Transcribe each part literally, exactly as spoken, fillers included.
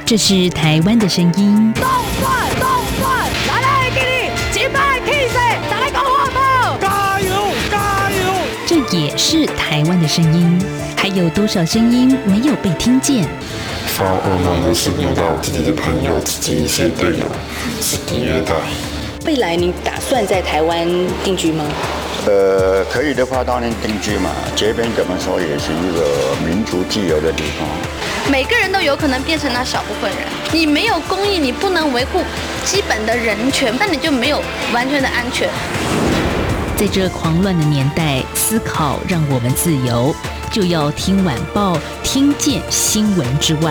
这是台湾的声音。 动转动转，来来给你击败气势，再来搞活宝， 加油加油！ 这也是台湾的声音。还有多少声音没有被听见？ 发噩梦的是遇到自己的朋友、自己一些队友是虐待。 未来你打算在台湾定居吗？ 呃，可以的话当然定居嘛。这边怎么说也是一个民族自由的地方。 每个人都有可能变成那小部分人。你没有公益，你不能维护基本的人权，那你就没有完全的安全。 在这狂乱的年代，思考让我们自由，就要听晚报，听见新闻之外。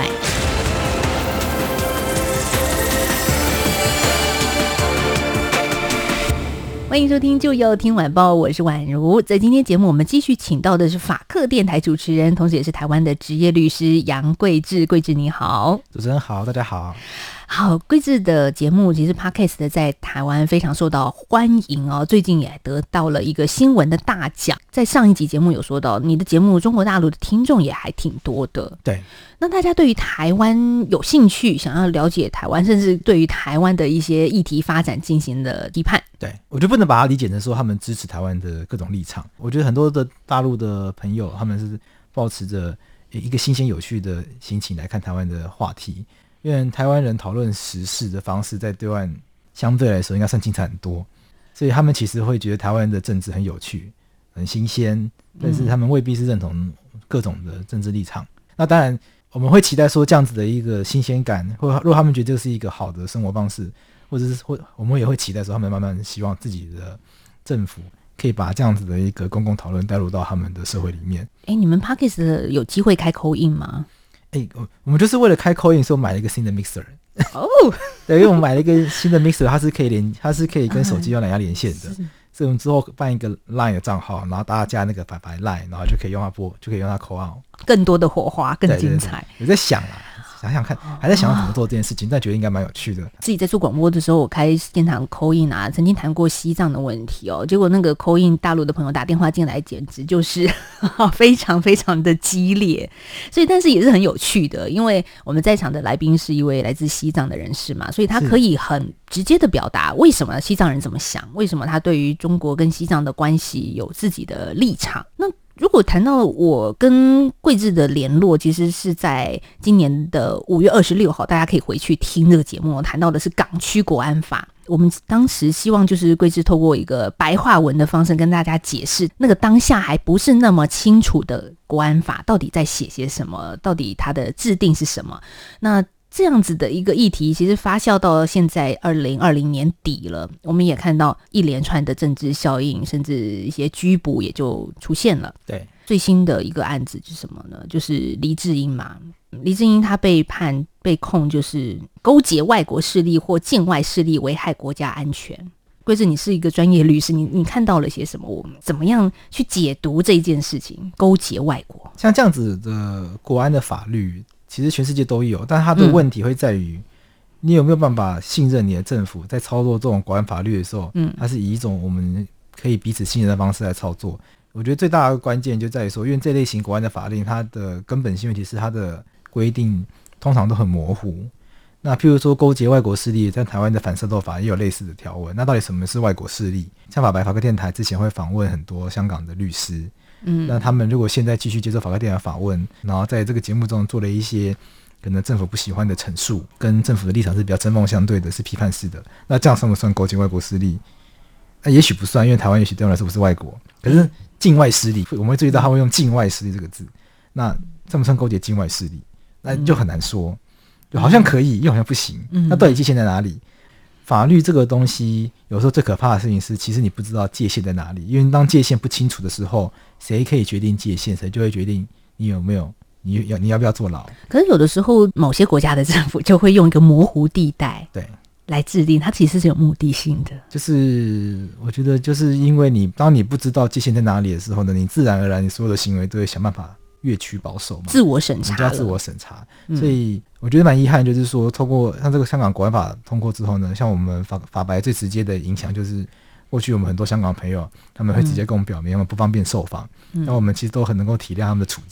欢迎收听就要听晚报，我是婉如。在今天节目，我们继续请到的是法客电台主持人，同时也是台湾的职业律师杨贵智。贵智你好。 主持人好，大家好。 好，贵智的节目其实 Podcast 在台湾非常受到欢迎哦，最近也得到了一个新闻的大奖。在上一集节目有说到，你的节目中国大陆的听众也还挺多的。 对， 那大家对于台湾有兴趣，想要了解台湾，甚至对于台湾的一些议题发展进行的批判。 对，我就不能把它理解成说他们支持台湾的各种立场。我觉得很多的大陆的朋友，他们是抱持着一个新鲜有趣的心情来看台湾的话题。因为台湾人讨论时事的方式在对岸相对来说应该算精彩很多，所以他们其实会觉得台湾的政治很有趣很新鲜，但是他们未必是认同各种的政治立场、嗯、那当然我们会期待说这样子的一个新鲜感，或如果他们觉得这是一个好的生活方式，或者是会我们也会期待说他们慢慢希望自己的政府可以把这样子的一个公共讨论带入到他们的社会里面。 诶，你们 Podcast 有机会开call in吗？ 欸、我们就是为了开 call in 所以买了一个新的 mixer 哦， 对，因为我们买了一个新的 mixer， 它是可以连，它是可以跟手机用蓝牙连线的，所以我们之后办一个 Line 的账号，然后大家加那个白白 Line， 然后就可以用它播，就可以用它 call out， 更多的火花，更精彩。 有在想啦，想想看，还在想要怎么做这件事情，但觉得应该蛮有趣的。 自己在做广播的时候，我开现场 call in 啊，曾经谈过西藏的问题哦，结果那个 call in 大陆的朋友打电话进来，简直就是非常非常的激烈，所以但是也是很有趣的，因为我们在场的来宾是一位来自西藏的人士嘛，所以他可以很直接的表达为什么西藏人怎么想，为什么他对于中国跟西藏的关系有自己的立场。那如果谈到我跟贵智的联络，其实是在今年的五月二十六号，大家可以回去听这个节目，谈到的是港区国安法。我们当时希望就是贵智透过一个白话文的方式跟大家解释，那个当下还不是那么清楚的国安法到底在写些什么，到底它的制定是什么。那这样子的一个议题其实发酵到现在二零二零年底了，我们也看到一连串的政治效应，甚至一些拘捕也就出现了。 对， 最新的一个案子是什么呢？就是黎智英嘛，黎智英他被判被控就是勾结外国势力或境外势力危害国家安全。贵智，你是一个专业律师，你你看到了些什么？我们怎么样去解读这件事情？勾结外国， 像这样子的国安的法律其实全世界都有，但它的问题会在于、嗯、你有没有办法信任你的政府在操作这种国安法律的时候，嗯，它是以一种我们可以彼此信任的方式来操作。我觉得最大的关键就在于说，因为这类型国安的法令，它的根本性问题是它的规定通常都很模糊。那譬如说勾结外国势力，在台湾的反渗透法也有类似的条文。那到底什么是外国势力？像法白法客电台之前会访问很多香港的律师，嗯，那他们如果现在继续接受法客电台访问，然后在这个节目中做了一些可能政府不喜欢的陈述，跟政府的立场是比较针锋相对的，是批判式的，那这样算不算勾结外国势力？那也许不算，因为台湾也许对我们来说不是外国，可是境外势力，我们会注意到他会用境外势力这个字，那算不算勾结境外势力？那就很难说，就好像可以，又好像不行。那到底界限在哪里？法律这个东西，有时候最可怕的事情是，其实你不知道界限在哪里，因为当界限不清楚的时候，谁可以决定界限，谁就会决定你有没有，你要你要不要坐牢。 可是有的时候，某些国家的政府就会用一个模糊地带，对，来制定，它其实是有目的性的。 就是我觉得，就是因为你当你不知道界限在哪里的时候呢，你自然而然你所有的行为都会想办法越趋保守嘛， 自我审查， 你就要自我审查、嗯。所以我觉得蛮遗憾，就是说，透过像这个香港国安法通过之后呢，像我们法法白最直接的影响就是，过去我们很多香港朋友他们会直接跟我们表明他们不方便受访，那、嗯、我们其实都很能够体谅他们的处境。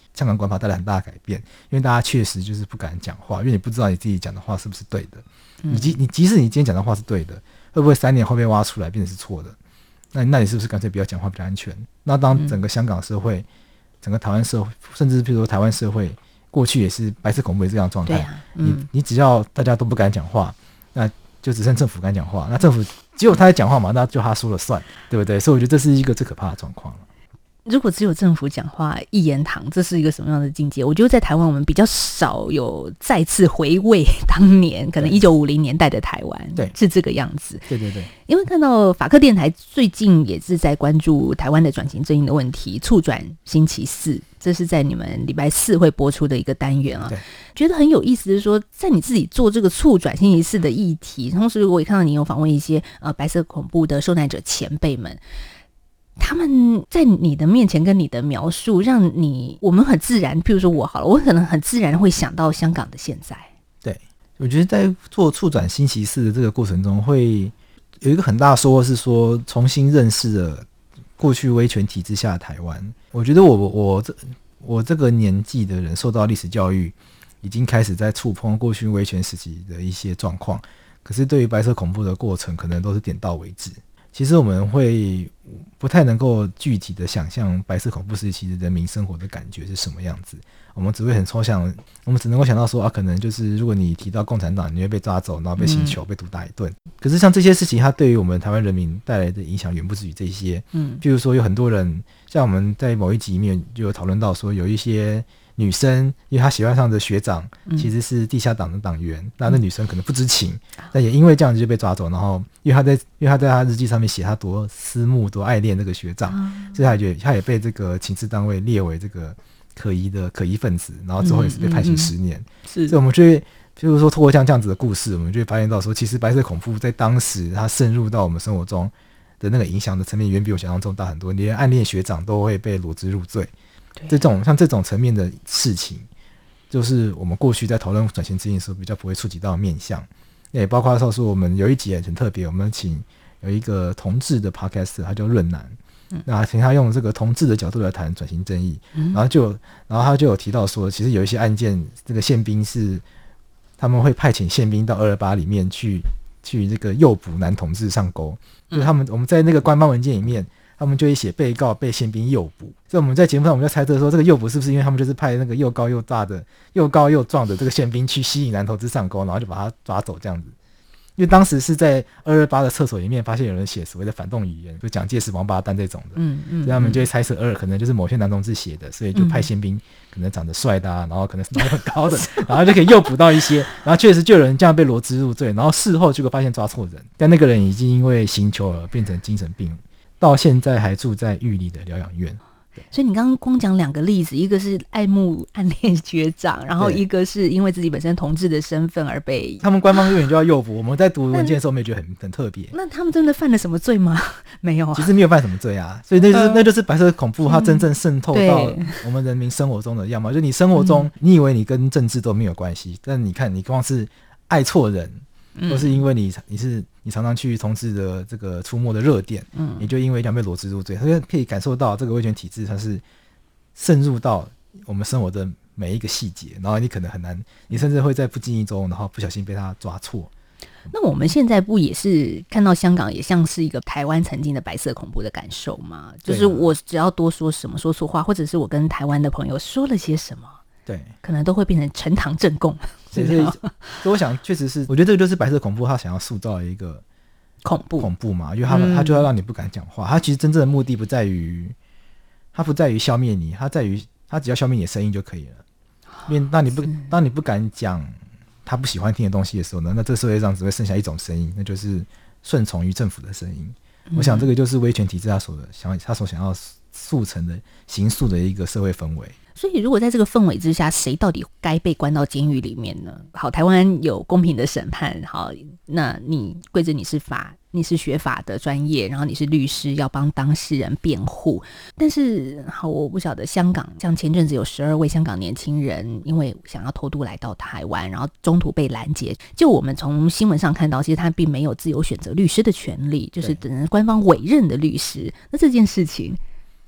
香港管法带来很大的改变，因为大家确实就是不敢讲话，因为你不知道你自己讲的话是不是对的。你即你即使你今天讲的话是对的，会不会三年后被挖出来变成是错的？那那你是不是干脆不要讲话比较安全？那当整个香港社会、嗯、整个台湾社会，甚至比如说台湾社会，过去也是白色恐怖也是这样的状态。啊嗯、你你只要大家都不敢讲话，那就只剩政府敢讲话。那政府只有他在讲话嘛，那就他说了算，对不对？所以我觉得这是一个最可怕的状况了。 如果只有政府讲话一言堂，这是一个什么样的境界？我觉得在台湾我们比较少有再次回味当年可能一九五零年代的台湾，对，是这个样子。 对对对， 因为看到法克电台最近也是在关注台湾的转型正义的问题，促转星期四，这是在你们礼拜四会播出的一个单元啊。觉得很有意思的是说，在你自己做这个促转星期四的议题，同时我也看到你有访问一些呃白色恐怖的受难者前辈们。他们在你的面前跟你的描述，让你我们很自然，譬如说我好了，我可能很自然会想到香港的现在。 对，我觉得在做促转星期四的这个过程中，会有一个很大的收获是说，重新认识了过去威权体制下的台湾。我觉得我我这我这个年纪的人受到历史教育，已经开始在触碰过去威权时期的一些状况，可是对于白色恐怖的过程，可能都是点到为止。其实我们会不太能够具体的想象白色恐怖时期的人民生活的感觉是什么样子，我们只会很抽象，我们只能够想到说啊，可能就是如果你提到共产党，你会被抓走，然后被刑求、嗯、被毒打一顿。可是像这些事情，它对于我们台湾人民带来的影响远不止于这些。嗯，譬如说有很多人，像我们在某一集里面就有讨论到说，有一些女生，因为她喜欢上的学长其实是地下党的党员，那、嗯、那女生可能不知情，但也因为这样子就被抓走，然后因为她在因为她在她日记上面写她多思慕多爱恋这个学长，嗯、所以她也她也被这个情治单位列为这个可疑的可疑分子，然后之后也是被判刑十年。嗯嗯嗯、是，所以我们就会譬如说透过像这样子的故事，我们就会发现到说，其实白色恐怖在当时它渗入到我们生活中的那个影响的层面，远比我想象中大很多，连暗恋学长都会被罗织入罪。这种像这种层面的事情，就是我们过去在讨论转型正义的时候比较不会触及到的面向。也包括说，我们有一集也很特别，我们请有一个同志的 podcast， 他叫润南，嗯、那请他用这个同志的角度来谈转型正义，嗯、然后就然后他就有提到说，其实有一些案件，这个宪兵是他们会派遣宪兵到二二八里面去去这个诱捕男同志上钩，嗯、就是他们我们在那个官方文件里面。他们就会写被告被宪兵诱捕，所以我们在节目上我们就猜测说，这个诱捕是不是因为他们就是派那个又高又大的、又高又壮的这个宪兵去吸引男同志上钩，然后就把他抓走这样子。因为当时是在二二八的厕所里面发现有人写所谓的反动语言，就蒋介石、王八蛋这种的，嗯嗯，所以他们就会猜测二可能就是某些男同志写的，所以就派宪兵可能长得帅的啊，然后可能是很高的，然后就可以诱捕到一些，然后确实就有人这样被罗织入罪，然后事后结果发现抓错人，但那个人已经因为刑求而变成精神病。到现在还住在玉里的疗养院。 所以你刚刚光讲两个例子，一个是爱慕暗恋学长，然后一个是因为自己本身同志的身份而被他们官方永远就要诱捕。我们在读文件的时候，我们也觉得很很特别。 那他们真的犯了什么罪吗？没有啊， 其实没有犯什么罪啊。所以那就是、呃、那就是白色恐怖，它真正渗透到我们人民生活中的样貌。就你生活中，你以为你跟政治都没有关系，但你看你光是爱错人。都是因为你你是你常常去同志的这个出没的热点，嗯，你就因为这样被罗织入罪，所以可以感受到这个威权体制它是渗入到我们生活的每一个细节，然后你可能很难，你甚至会在不经意中，然后不小心被他抓错。 那我们现在不也是看到香港也像是一个台湾曾经的白色恐怖的感受吗？就是我只要多说什么说错话，或者是我跟台湾的朋友说了些什么， 对， 可能都会变成呈堂证供。 所以，所以我想，确实是，我觉得这个就是白色恐怖，他想要塑造的一个恐怖恐怖嘛，因为他们、嗯、他就要让你不敢讲话。他其实真正的目的不在于，他不在于消灭你，他在于他只要消灭你的声音就可以了。因为当你不当你不敢讲他不喜欢听的东西的时候呢，那这社会上只会剩下一种声音，那就是顺从于政府的声音。嗯、我想这个就是威权体制他所想他所想要塑成的形塑的一个社会氛围。 所以如果在这个氛围之下，谁到底该被关到监狱里面呢？好，台湾有公平的审判，好，那你贵子你是法你是学法的专业，然后你是律师，要帮当事人辩护。但是好，我不晓得香港，像前阵子有十二位香港年轻人因为想要偷渡来到台湾，然后中途被拦截，就我们从新闻上看到，其实他并没有自由选择律师的权利，就是只能官方委任的律师。那这件事情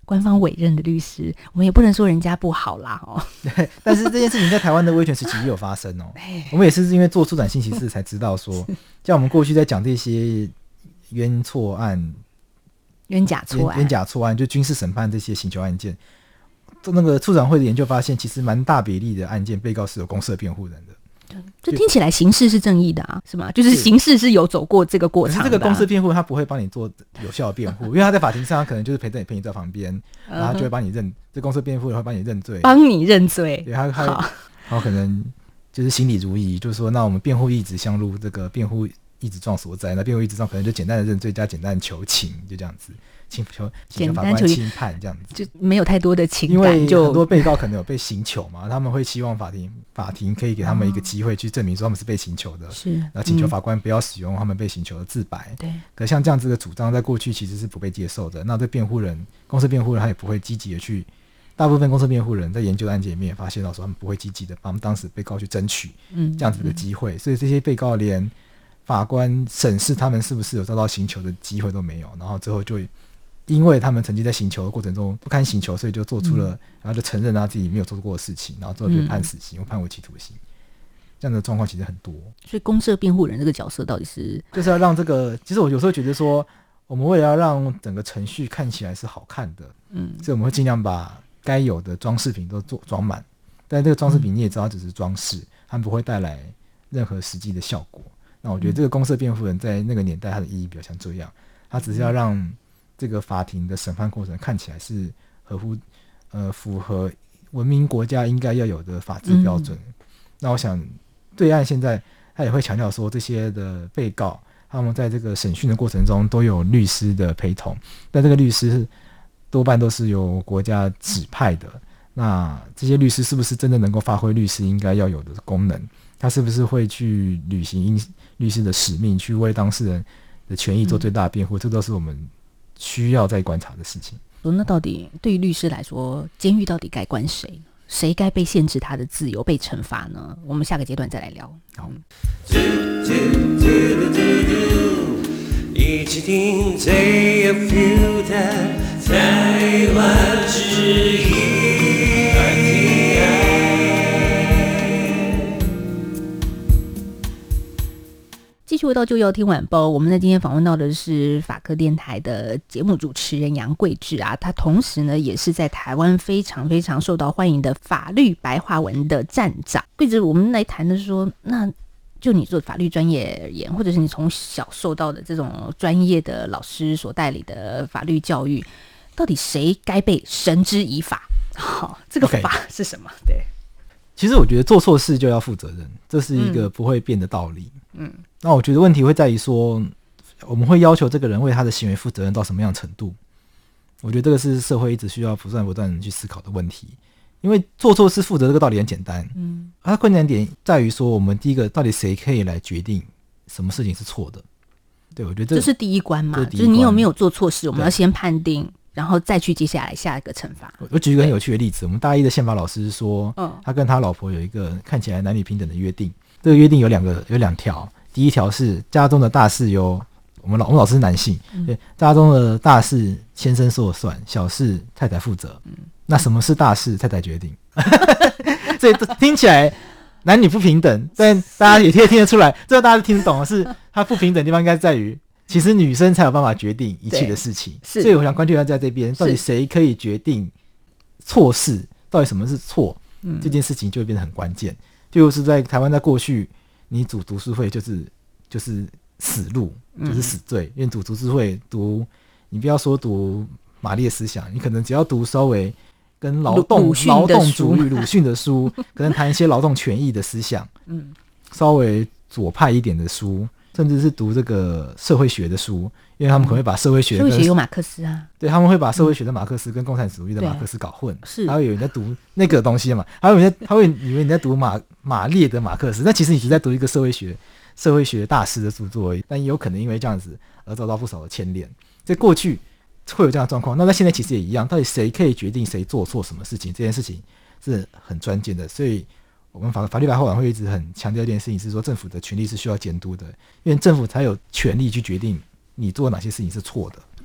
官方委任的律师，我们也不能说人家不好啦哦。 对，但是这件事情在台湾的威权时期也有发生哦。我们也是因为做出转信息事才知道说，像我们过去在讲这些冤错案、 冤假错案、 冤假错案，就军事审判这些刑求案件，那个处长会的研究发现，其实蛮大比例的案件被告是有公设辩护人的。 就听起来刑事是正义的啊，是吗？就是刑事是有走过这个过程的、啊。 可是这个公设辩护他不会帮你做有效的辩护，因为他在法庭上他可能就是陪着你陪你在旁边，然后他就会帮你认，这公设辩护人会帮你认罪， 帮你认罪。 对，他他然后可能就是心里如意，就是说那我们辩护意旨相入，这个辩护意旨状所在，那辩护意旨状可能就简单的认罪加简单的求情，就这样子。请求请求法官轻判这样子， 就没有太多的情感， 因为很多被告可能有被刑求嘛，他们会希望法庭法庭可以给他们一个机会去证明说他们是被刑求的， 是， 然后请求法官不要使用他们被刑求的自白。 对、嗯， 可像这样子的主张，在过去其实是不被接受的。那对辩护人、公设辩护人，他也不会积极的去，大部分公设辩护人在研究的案件里面也发现到说，他们不会积极的帮他们当时被告去争取这样子的机会，嗯嗯、所以这些被告连法官审视他们是不是有遭到刑求的机会都没有，然后最后就因为他们曾经在刑求的过程中不堪刑求，所以就做出了、嗯、然后就承认他自己没有做过的事情，然后最后被判死刑或、嗯、判为期徒刑，这样的状况其实很多。所以公设辩护人这个角色到底是就是要让这个，其实我有时候觉得说，我们为了要让整个程序看起来是好看的，嗯，所以我们会尽量把该有的装饰品都做装满，但这个装饰品你也知道只是装饰，它不会带来任何实际的效果。那我觉得这个公设辩护人在那个年代它的意义比较像这样，它只是要让这个法庭的审判过程看起来是合乎呃符合文明国家应该要有的法治标准、嗯、那我想对岸现在他也会强调说，这些的被告他们在这个审讯的过程中都有律师的陪同，但这个律师多半都是由国家指派的，那这些律师是不是真的能够发挥律师应该要有的功能，他是不是会去履行律师的使命，去为当事人的权益做最大的辩护、嗯、这都是我们需要再观察的事情。 那到底对于律师来说，监狱到底该关谁呢？谁该被限制他的自由、被惩罚呢？我们下个阶段再来聊。好，一起听最有 feel 的台湾之音。继续回到就要听晚报，我们在今天访问到的是法科电台的节目主持人杨贵智啊，他同时呢也是在台湾非常非常受到欢迎的法律白话文的站长。贵智，我们来谈的说，那就你做法律专业而言，或者是你从小受到的这种专业的老师所带领的法律教育，到底谁该被绳之以法？好、哦，这个法是什么？ Okay. 对。 其实我觉得做错事就要负责任，这是一个不会变的道理。嗯，那我觉得问题会在于说，我们会要求这个人为他的行为负责任到什么样的程度？我觉得这个是社会一直需要不断不断去思考的问题。因为做错事负责这个道理很简单，嗯，它困难点在于说，我们第一个到底谁可以来决定什么事情是错的？对，我觉得 这, 这是第一关嘛，就是你有没有做错事，我们要先判定。然后再去接下来下一个惩罚。 我举一个很有趣的例子，我们大一的宪法老师说，嗯，他跟他老婆有一个看起来男女平等的约定。这个约定有两个，有两条。第一条是家中的大事由我们老我们老师是男性，对、嗯，家中的大事先生说了算，小事太太负责。嗯，那什么是大事？太太决定。所以听起来男女不平等，但大家也听得听得出来，这个大家听得懂的是，他不平等的地方应该在于。其实女生才有办法决定一切的事情，所以我想关注要在这边，到底谁可以决定错事？到底什么是错？嗯，这件事情就会变得很关键。就是在台湾，在过去，你组读书会就是就是死路，就是死罪。嗯、因为组读书会读，你不要说读马列思想，你可能只要读稍微跟劳动劳动主义鲁迅的书，可能谈一些劳动权益的思想，嗯，稍微左派一点的书。甚至是读这个社会学的书，因为他们可能会把社会学跟、 嗯、社会学有马克思啊， 对，他们会把社会学的马克思跟共产主义的马克思搞混， 是， 还会有人在读那个东西嘛，还会有人在他会以为你在读马马列的马克思，但其实你只在读一个社会学社会学大师的著作而已，但也有可能因为这样子而遭到不少的牵连。在过去会有这样的状况，那在现在其实也一样，到底谁可以决定谁做错什么事情，这件事情是很关键的，所以。我们法法律白话文会一直很强调一件事情，是说政府的权力是需要监督的，因为政府才有权力去决定你做哪些事情是错的。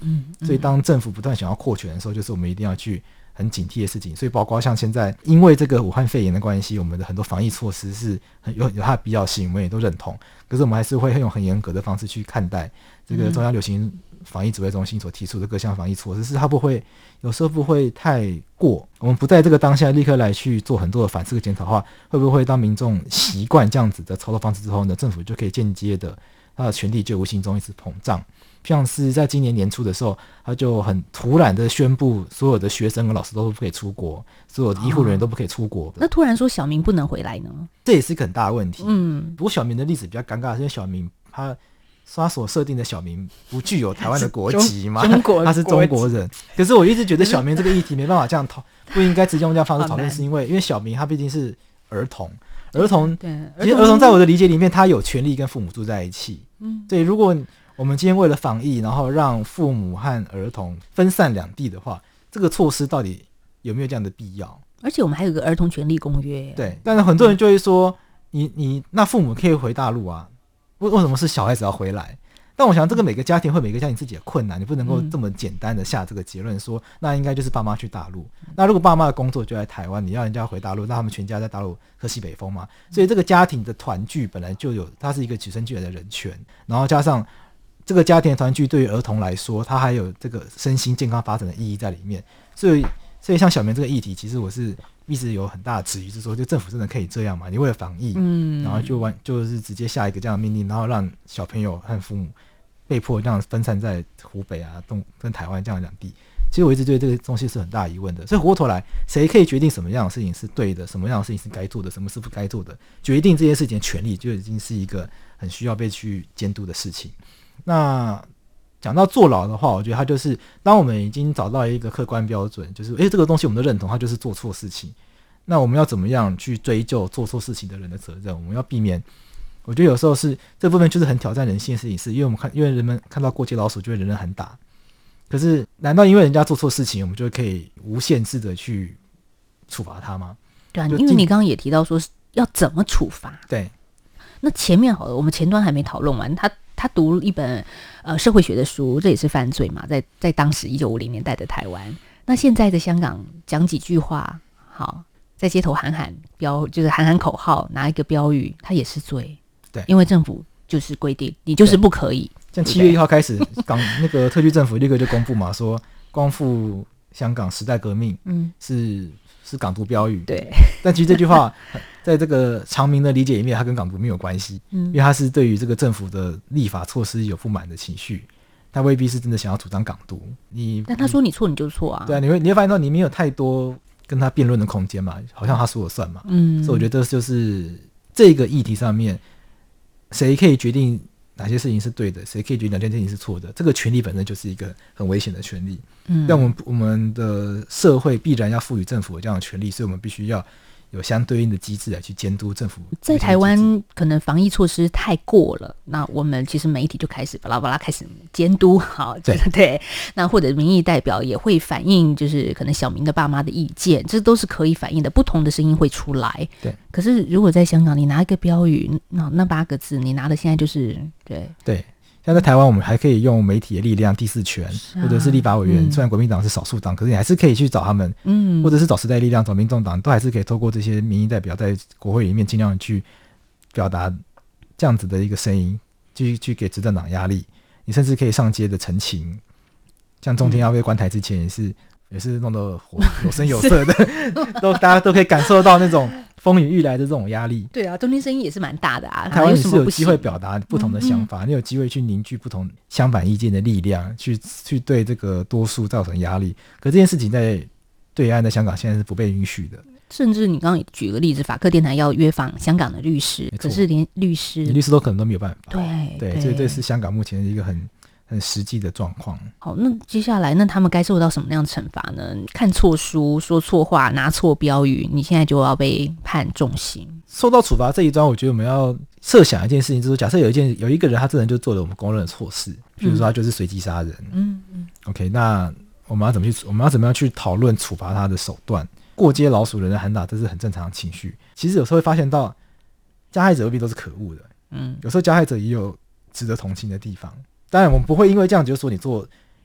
嗯，嗯所以当政府不断想要扩权的时候，就是我们一定要去很警惕的事情。所以包括像现在因为这个武汉肺炎的关系，我们的很多防疫措施是很有有它的必要性，我们也都认同，可是我们还是会用很严格的方式去看待这个中央流行防疫指挥中心所提出的各项防疫措施，是它不会有时候不会太过，我们不在这个当下立刻来去做很多的反思和检讨的话，会不会当民众习惯这样子的操作方式之后呢，政府就可以间接的他的权力就无形中一直膨胀。像是在今年年初的时候，他就很突然的宣布所有的学生和老师都不可以出国，所有的医护人员都不可以出国、哦、 那突然说小民不能回来呢， 这也是一个很大的问题。 嗯， 不过小民的例子比较尴尬，是因为小民他他所设定的小民不具有台湾的国籍嘛， 中国他是中国人。可是我一直觉得小民这个议题没办法这样讨，不应该直接用这样方式讨论，是因为因为小民他毕竟是儿童，儿童对， 其实儿童在我的理解里面，他有权利跟父母住在一起。嗯，对，如果我们今天为了防疫，然后让父母和儿童分散两地的话，这个措施到底有没有这样的必要？ 而且我们还有个儿童权利公约。 对，但是很多人就会说，你你那父母可以回大陆啊，为为什么是小孩子要回来？但我想这个每个家庭会每个家庭自己的困难，你不能够这么简单的下这个结论说，那应该就是爸妈去大陆。那如果爸妈的工作就在台湾，你要人家回大陆，那他们全家在大陆喝西北风嘛？所以这个家庭的团聚本来就有，它是一个与生俱来的人权，然后加上这个家庭的团聚对于儿童来说，它还有这个身心健康发展的意义在里面。所以，所以像小明这个议题，其实我是一直有很大的质疑，是说，就政府真的可以这样吗？你为了防疫，嗯，然后就完就是直接下一个这样的命令，然后让小朋友和父母被迫这样分散在湖北啊、东跟台湾这样两地。其实我一直对这个东西是很大疑问的。所以回过头来，谁可以决定什么样的事情是对的，什么样的事情是该做的，什么是不该做的？决定这件事情的权利就已经是一个很需要被去监督的事情。那讲到坐牢的话，我觉得它就是当我们已经找到一个客观标准，就是诶这个东西我们都认同，它就是做错事情。那我们要怎么样去追究做错事情的人的责任？我们要避免，我觉得有时候是这部分就是很挑战人性的事情，是因为我们看，因为人们看到过街老鼠就会人人喊打。可是难道因为人家做错事情，我们就可以无限制的去处罚他吗？ 对啊，因为你刚刚也提到说要怎么处罚。 对， 那前面好了，我们前端还没讨论完，他他读一本呃社会学的书，这也是犯罪嘛，在在当时一九五零年代的台湾。那现在的香港讲几句话，好，在街头喊喊标，就是喊喊口号，拿一个标语，它也是罪。 对， 因为政府就是规定，你就是不可以。 像七月一号开始，港那个特区政府立刻就公布嘛，说光复香港时代革命，嗯，是是港独标语。 对， 但其实这句话在这个常民的理解里面，它跟港独没有关系，嗯，因为它是对于这个政府的立法措施有不满的情绪，他未必是真的想要主张港独。你但他说你错你就错啊， 对啊，你会你会发现到你没有太多跟他辩论的空间嘛，好像他说了算嘛，嗯，所以我觉得就是这个议题上面，谁可以决定哪些事情是对的，谁可以决定哪件事情是错的，这个权利本身就是一个很危险的权利。嗯，但我们我们的社会必然要赋予政府这样的权利，所以我们必须要有相对应的机制来去监督政府。 在台湾可能防疫措施太过了，那我们其实媒体就开始巴拉巴拉开始监督，好，对对，那或者民意代表也会反映，就是可能小民的爸妈的意见，这都是可以反映的，不同的声音会出来。对，可是如果在香港，你拿一个标语，那那八个字，你拿的现在就是对对。像在台湾，我们还可以用媒体的力量、第四权，或者是立法委员。嗯、虽然国民党是少数党，可是你还是可以去找他们，嗯，或者是找时代力量、找民众党，都还是可以透过这些民意代表在国会里面尽量去表达这样子的一个声音，去去给执政党压力。你甚至可以上街的陈情，像中天要被关台之前也是也是弄得有声有色的，都大家都可以感受到那种风雨欲来的这种压力。 对啊，中天声音也是蛮大的啊。 台湾你是有机会表达不同的想法，嗯嗯，你有机会去凝聚不同相反意见的力量，去去对这个多数造成压力。可这件事情在对岸的香港现在是不被允许的。 甚至你刚刚也举个例子，法克电台要约访香港的律师，可是连律师律师都可能都没有办法。 对对, 对，所以这是香港目前一个很很实际的状况。 好，那接下来那他们该受到什么样的惩罚呢？看错书、说错话、拿错标语，你现在就要被判重刑。 受到处罚这一桩，我觉得我们要设想一件事情，就是说假设有一件有一个人他真的就做了我们公认的错事，比如说他就是随机杀人，嗯嗯 ，OK， 那我们要怎么去我们要怎么样去讨论处罚他的手段？过街老鼠人人喊打，这是很正常的情绪。其实有时候会发现到加害者未必都是可恶的，嗯，有时候加害者也有值得同情的地方。当然我们不会因为这样就说你做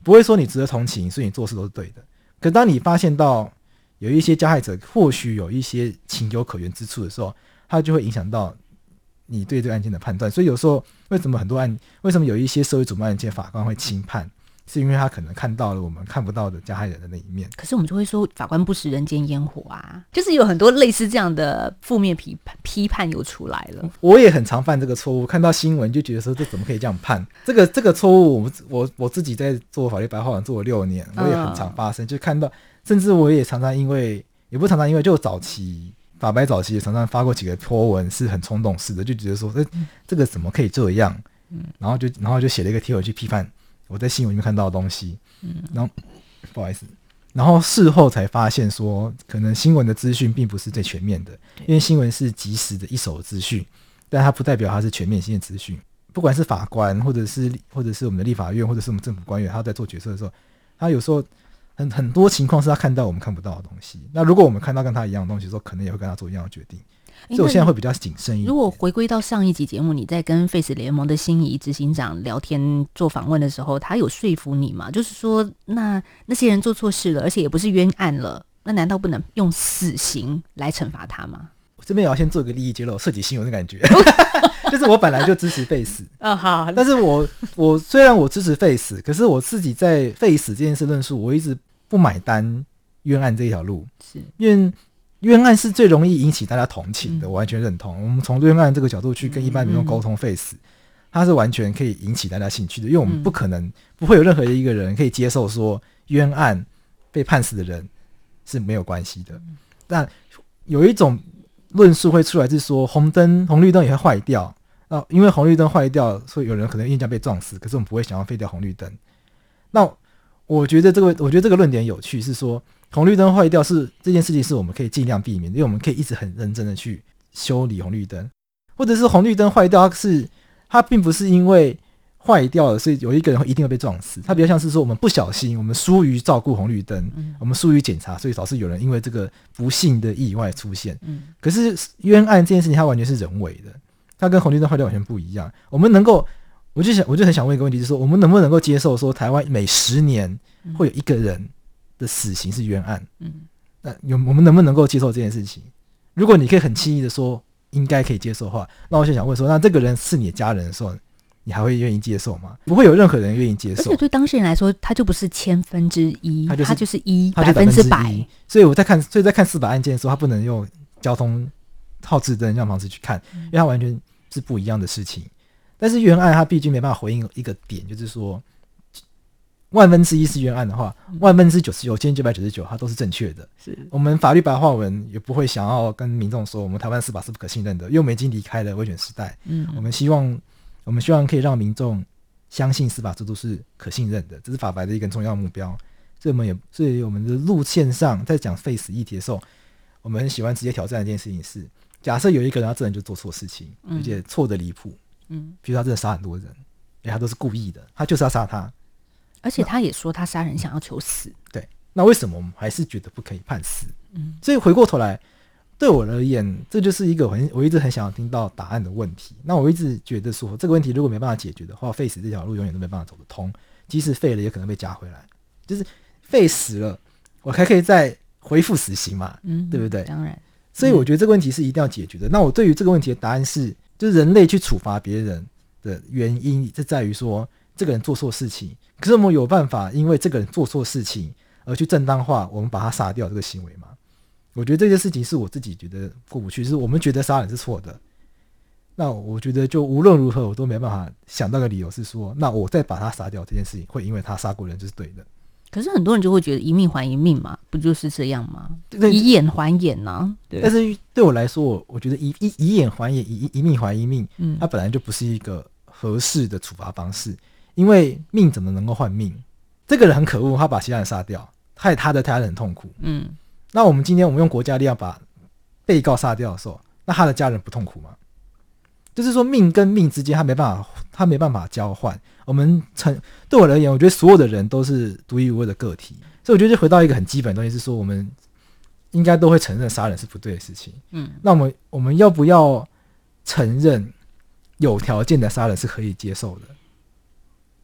不会说你值得同情，所以你做事都是对的。可当你发现到有一些加害者或许有一些情有可原之处的时候，它就会影响到你对这个案件的判断。所以有时候为什么很多案，为什么有一些社会瞩目案件法官会轻判，是因为他可能看到了我们看不到的加害人的那一面。 可是我们就会说法官不食人间烟火啊，就是有很多类似这样的负面批判批判又出来了。 我也很常犯这个错误，看到新闻就觉得说这怎么可以这样判？这个这个错误我我我自己在做法律白话文做了六年，我也很常发生，嗯、就看到，甚至我也常常因为，也不常常因为，就早期法白早期也常常发过几个 po 文，是很冲动式的，就觉得说，哎、欸，这个怎么可以这样？嗯，然后就然后就写了一个贴文去批判我在新闻里面看到的东西，嗯，然后不好意思，然后事后才发现说，可能新闻的资讯并不是最全面的，因为新闻是即时的一手资讯，但它不代表它是全面性的资讯。不管是法官，或者是或者是我们的立法院，或者是我们政府官员，他在做决策的时候，他有时候很很多情况是他看到我们看不到的东西。那如果我们看到跟他一样的东西的时候，可能也会跟他做一样的决定。所以我现在会比较谨慎一点。 如果回归到上一集节目，你在跟 Face 联盟的心仪执行长聊天做访问的时候，他有说服你吗？就是说，那那些人做错事了，而且也不是冤案了，那难道不能用死刑来惩罚他吗？ 我这边也要先做一个利益揭露，涉及新闻的感觉，就是我本来就支持 Face 哦，好， 但是我我虽然我支持 Face， 可是我自己在 Face 这件事论述，我一直不买单冤案这一条路，是因为冤案是最容易引起大家同情的，我完全认同。我们从冤案这个角度去跟一般民众沟通 Face， 它是完全可以引起大家兴趣的，因为我们不可能不会有任何一个人可以接受说冤案被判死的人是没有关系的。但有一种论述会出来是说红灯红绿灯也会坏掉，那因为红绿灯坏掉，所以有人可能因为这样被撞死，可是我们不会想要废掉红绿灯。那我觉得这个我觉得这个论点有趣，是说红绿灯坏掉是这件事情是我们可以尽量避免的，因为我们可以一直很认真的去修理红绿灯，或者是红绿灯坏掉是它并不是因为坏掉了所以有一个人一定会被撞死，它比较像是说我们不小心，我们疏于照顾红绿灯，我们疏于检查，所以导致有人因为这个不幸的意外出现。可是冤案这件事情它完全是人为的，它跟红绿灯坏掉完全不一样。我们能够我就想我就很想问一个问题，就是说我们能不能够接受说台湾每十年会有一个人的死刑是冤案？嗯，那有我们能不能够接受这件事情？如果你可以很轻易的说应该可以接受的话，那我就想问说，那这个人是你的家人的时候，你还会愿意接受吗？不会有任何人愿意接受。 而且对当事人来说，他就不是千分之一，他就是他就是一百分之百。 所以我在看，所以在看司法案件的时候，他不能用交通号志灯这样方式去看，因为它完全是不一样的事情。但是冤案它毕竟没办法回应一个点，就是说万分之一是冤案的话，万分之九十九千九百九十九它都是正确的。是我们法律白话文也不会想要跟民众说我们台湾司法是不可信任的，因为我们已经离开了威权时代。嗯，我们希望我们希望可以让民众相信司法制度是可信任的，这是法白的一个重要目标。所以我们也所以我们的路线上在讲 Face 议题的时候，我们很喜欢直接挑战的一件事情是，假设有一个人他真的就做错事情，而且错的离谱。嗯，比如他真的杀很多人，哎，他都是故意的，他就是要杀他， 而且他也说他杀人想要求死。 对，那为什么我们还是觉得不可以判死？嗯，所以回过头来，对我而言，这就是一个很我一直很想要听到答案的问题。那我一直觉得说，这个问题如果没办法解决的话，废死这条路永远都没办法走得通，即使废了，也可能被加回来。就是废死了，我还可以再恢复死刑嘛？嗯，对不对？ 当然。 所以我觉得这个问题是一定要解决的。嗯、那我对于这个问题的答案是，就是人类去处罚别人的原因，就在于说这个人做错事情，可是我们有办法因为这个人做错事情而去正当化我们把他杀掉这个行为吗？我觉得这件事情是我自己觉得过不去，就是我们觉得杀人是错的，那我觉得就无论如何我都没办法想到个理由是说，那我再把他杀掉这件事情会因为他杀过人就是对的。 可是很多人就会觉得一命还一命嘛，不就是这样吗？以眼还眼啊。对。但是对我来说，我我觉得以以以眼还眼，以一命还一命，嗯，它本来就不是一个合适的处罚方式，因为命怎么能够换命？这个人很可恶，他把其他人杀掉，害他的他人很痛苦，嗯。那我们今天我们用国家力量把被告杀掉的时候，那他的家人不痛苦吗？就是说命跟命之间他没办法他没办法交换。我们成对我而言，我觉得所有的人都是独一无二的个体，所以我觉得就回到一个很基本的东西，是说我们应该都会承认杀人是不对的事情。嗯，那我们我们要不要承认有条件的杀人是可以接受的？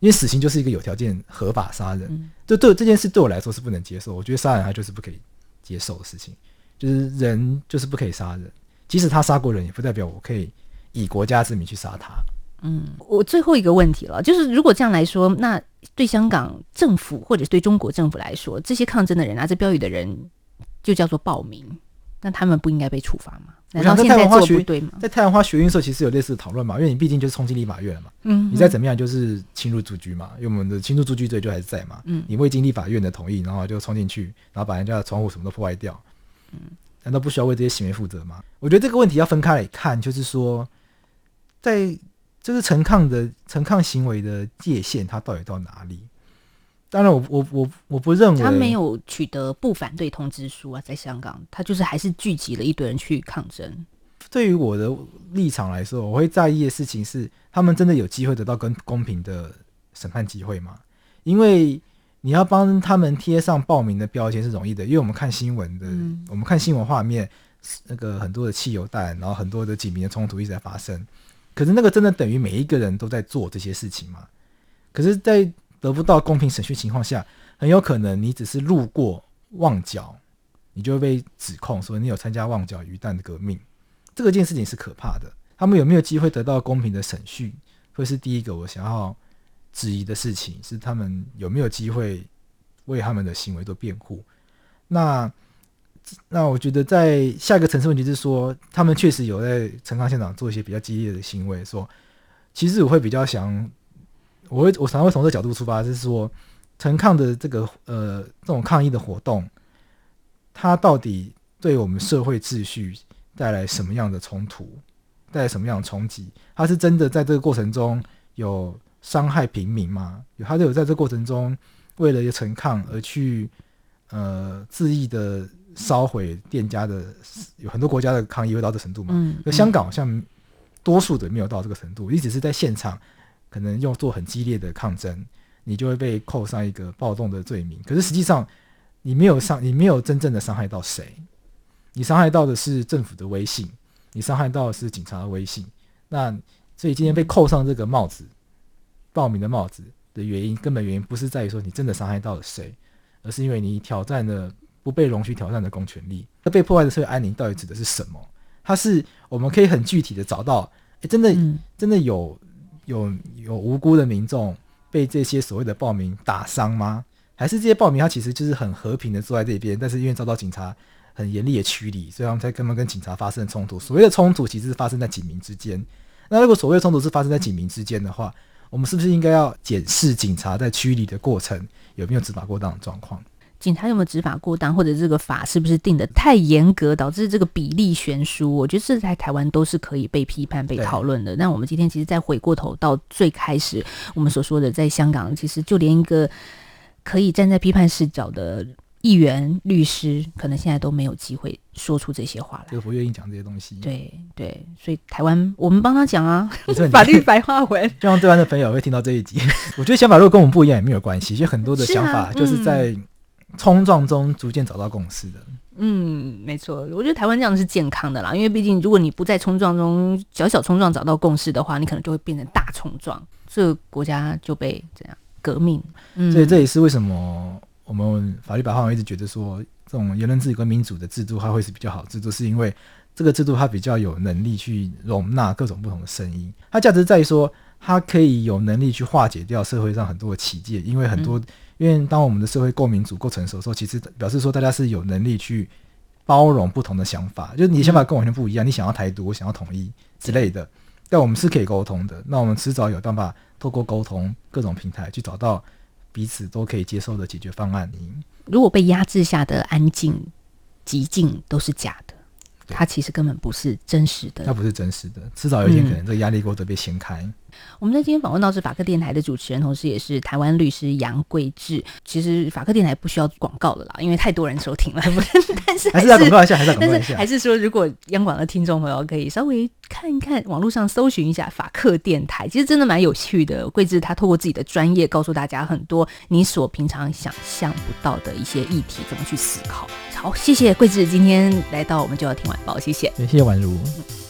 因为死刑就是一个有条件合法杀人，嗯、就对这件事对我来说是不能接受。我觉得杀人他就是不可以接受的事情，就是人就是不可以杀人，即使他杀过人，也不代表我可以以国家之名去杀他。 嗯，我最后一个问题了，就是如果这样来说，那对香港政府或者对中国政府来说，这些抗争的人拿着标语的人就叫做暴民，那他们不应该被处罚吗？难道现在做不对吗？ 在太阳花学运的时候，其实有类似的讨论嘛，因为你毕竟就是冲进立法院了嘛，嗯，你再怎么样就是侵入住居嘛，因为我们的侵入住居罪就还是在嘛，嗯，你未经立法院的同意，然后就冲进去，然后把人家的窗户什么都破坏掉，嗯，难道不需要为这些行为负责吗？我觉得这个问题要分开来看，就是说，在就是陈抗的陈抗行为的界限，它到底到哪里？当然我，我我我不认为他没有取得不反对通知书啊，在香港，他就是还是聚集了一堆人去抗争。 对于我的立场来说，我会在意的事情是，他们真的有机会得到更公平的审判机会吗？因为你要帮他们贴上暴民的标签是容易的，因为我们看新闻的，嗯、我们看新闻画面，那个很多的汽油弹，然后很多的警民的冲突一直在发生。可是那个真的等于每一个人都在做这些事情吗？可是，在得不到公平审讯情况下，很有可能你只是路过旺角，你就会被指控说你有参加旺角鱼蛋的革命。这个件事情是可怕的。他们有没有机会得到公平的审讯，会是第一个我想要质疑的事情，是他们有没有机会为他们的行为做辩护。那那我觉得在下一个层次问题是说，他们确实有在陈抗现场做一些比较激烈的行为，说其实我会比较想我会我常常会从这个角度出发，是说陈抗的这个呃这种抗议的活动，它到底对我们社会秩序带来什么样的冲突，带来什么样的冲击？他是真的在这个过程中有伤害平民吗？有他有在这个过程中为了陈抗而去呃恣意的烧毁店家的，有很多国家的抗议会到这程度嘛？嗯，香港好像多数的没有到这个程度，你只是在现场可能用做很激烈的抗争，你就会被扣上一个暴动的罪名。可是实际上你没有伤，你没有真正的伤害到谁，你伤害到的是政府的威信，你伤害到的是警察的威信。那所以今天被扣上这个帽子，暴民的帽子的原因，根本原因不是在于说你真的伤害到了谁，而是因为你挑战了不被容许挑战的公权力。那被破坏的社会安宁到底指的是什么？它是我们可以很具体的找到，欸、真的、嗯、真的有有有无辜的民众被这些所谓的暴民打伤吗？还是这些暴民他其实就是很和平的坐在这边，但是因为遭到警察很严厉的驱离，所以他们才根本跟警察发生冲突。所谓的冲突其实是发生在警民之间。那如果所谓的冲突是发生在警民之间的话，我们是不是应该要检视警察在驱离的过程有没有执法过当的状况？ 警察有没有执法过当，或者这个法是不是定得太严格，导致这个比例悬殊？我觉得这在台湾都是可以被批判、被讨论的。那我们今天其实再回过头到最开始我们所说的，在香港其实就连一个可以站在批判视角的议员、律师，可能现在都没有机会说出这些话来， 就不愿意讲这些东西。 对对，所以台湾我们帮他讲啊，法律白话文。 希望对岸的朋友会听到这一集。我觉得想法如果跟我们不一样也没有关系，就很多的想法就是在冲撞中逐渐找到共识的。 嗯，没错，我觉得台湾这样是健康的啦，因为毕竟如果你不在冲撞中小小冲撞找到共识的话，你可能就会变成大冲撞，这个国家就被怎样革命。嗯， 所以这也是为什么我们法律白话文一直觉得说，这种言论自由跟民主的制度它会是比较好的制度，是因为这个制度它比较有能力去容纳各种不同的声音。它价值在于说，它可以有能力去化解掉社会上很多的歧见，因为很多、嗯、因为当我们的社会够民主够成熟的时候，其实表示说大家是有能力去包容不同的想法，就是你的想法跟我完全不一样、嗯、你想要台独我想要统一之类的，但我们是可以沟通的。那我们迟早有办法透过沟通各种平台去找到彼此都可以接受的解决方案。 如果被压制下的安静寂静都是假的，它其实根本不是真实的， 它不是真实的，迟早有一天可能这个压力锅都被掀开、嗯、 我们在今天访问到是法克电台的主持人，同时也是台湾律师杨贵智。其实法克电台不需要广告了啦，因为太多人收听了但是还是还是要广告一下，还是要广告一下， 还是说如果央广的听众朋友可以稍微看一看网络上搜寻一下法克电台，其实真的蛮有趣的。贵智他透过自己的专业告诉大家很多你所平常想象不到的一些议题怎么去思考。好，谢谢贵智今天来到我们就要听晚报，谢谢， 谢谢宛如。嗯